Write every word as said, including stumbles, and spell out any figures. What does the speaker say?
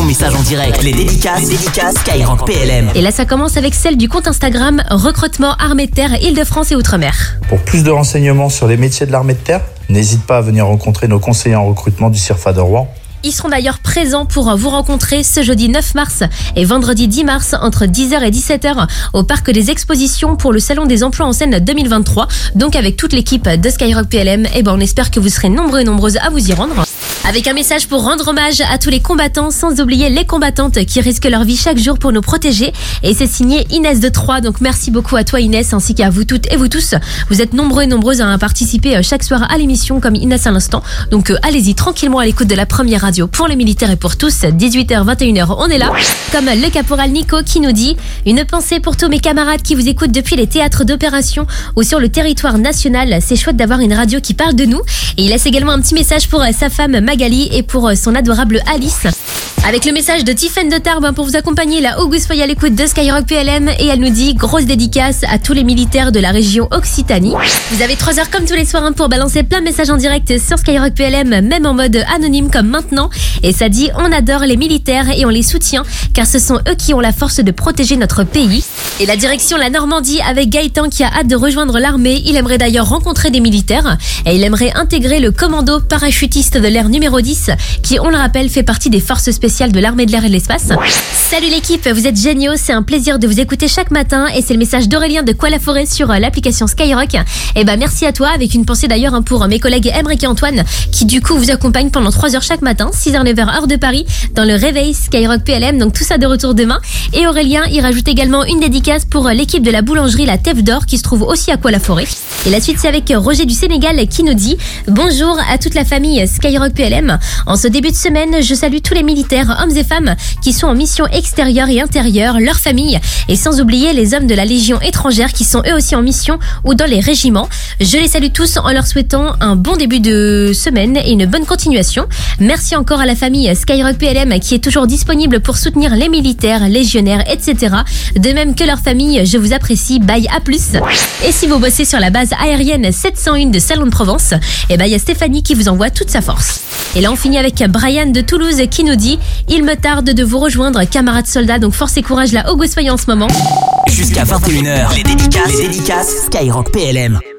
ton message en direct. Les dédicaces, les dédicaces Skyrock P L M. Et là, ça commence avec celle du compte Instagram Recrutement Armée de Terre Île-de-France et Outre-mer. Pour plus de renseignements sur les métiers de l'armée de terre, n'hésite pas à venir rencontrer nos conseillers en recrutement du CIRFA de Rouen. Ils seront d'ailleurs présents pour vous rencontrer ce jeudi neuf mars et vendredi dix mars entre dix heures et dix-sept heures au Parc des Expositions pour le Salon des Emplois en Scène deux mille vingt-trois. Donc avec toute l'équipe de Skyrock P L M, eh ben on espère que vous serez nombreux et nombreuses à vous y rendre. Avec un message pour rendre hommage à tous les combattants, sans oublier les combattantes qui risquent leur vie chaque jour pour nous protéger. Et c'est signé Inès de Troyes. Donc merci beaucoup à toi Inès, ainsi qu'à vous toutes et vous tous. Vous êtes nombreux et nombreuses à participer chaque soir à l'émission comme Inès à l'instant. Donc euh, allez-y tranquillement à l'écoute de la première radio pour les militaires et pour tous. dix-huit heures, vingt et une heures, on est là. Comme le caporal Nico qui nous dit « Une pensée pour tous mes camarades qui vous écoutent depuis les théâtres d'opération ou sur le territoire national. C'est chouette d'avoir une radio qui parle de nous. » Et il laisse également un petit message pour sa femme Magali et pour son adorable Alice. Avec le message de Tiffaine de Tarbes pour vous accompagner, la Auguste Foy à l'écoute de Skyrock P L M, et elle nous dit grosse dédicace à tous les militaires de la région Occitanie. Vous avez trois heures comme tous les soirs pour balancer plein de messages en direct sur Skyrock P L M, même en mode anonyme comme maintenant. Et ça dit on adore les militaires et on les soutient car ce sont eux qui ont la force de protéger notre pays. Et la direction la Normandie avec Gaëtan qui a hâte de rejoindre l'armée. Il aimerait d'ailleurs rencontrer des militaires et il aimerait intégrer le commando parachutiste de l'air numéro dix qui, on le rappelle, fait partie des forces spéciales de l'armée de l'air et de l'espace. Salut l'équipe, vous êtes géniaux, c'est un plaisir de vous écouter chaque matin et c'est le message d'Aurélien de Quoi-la-Forêt sur l'application Skyrock. Et bah merci à toi, avec une pensée d'ailleurs pour mes collègues Emric et Antoine qui du coup vous accompagnent pendant trois heures chaque matin, six heures neuf heures heure de Paris, dans le réveil Skyrock P L M, donc tout ça de retour demain. Et Aurélien, il rajoute également une dédicace pour l'équipe de la boulangerie La Tève d'Or qui se trouve aussi à Quoi-la-Forêt. Et la suite c'est avec Roger du Sénégal qui nous dit bonjour à toute la famille Skyrock P L M. En ce début de semaine, je salue tous les militaires, hommes et femmes qui sont en mission extérieure et intérieure, leurs familles, et sans oublier les hommes de la Légion étrangère qui sont eux aussi en mission ou dans les régiments. Je les salue tous en leur souhaitant un bon début de semaine et une bonne continuation. Merci encore à la famille Skyrock P L M qui est toujours disponible pour soutenir les militaires, légionnaires, et cetera. De même que leur famille, je vous apprécie. Bye, à plus. Et si vous bossez sur la base aérienne sept cent un de Salon de Provence, eh ben il y a Stéphanie qui vous envoie toute sa force. Et là on finit avec Brian de Toulouse qui nous dit il me tarde de vous rejoindre camarades soldats, donc force et courage là au Auguste Foy en ce moment. Jusqu'à vingt et une heures, les dédicaces, les dédicaces Skyrock P L M.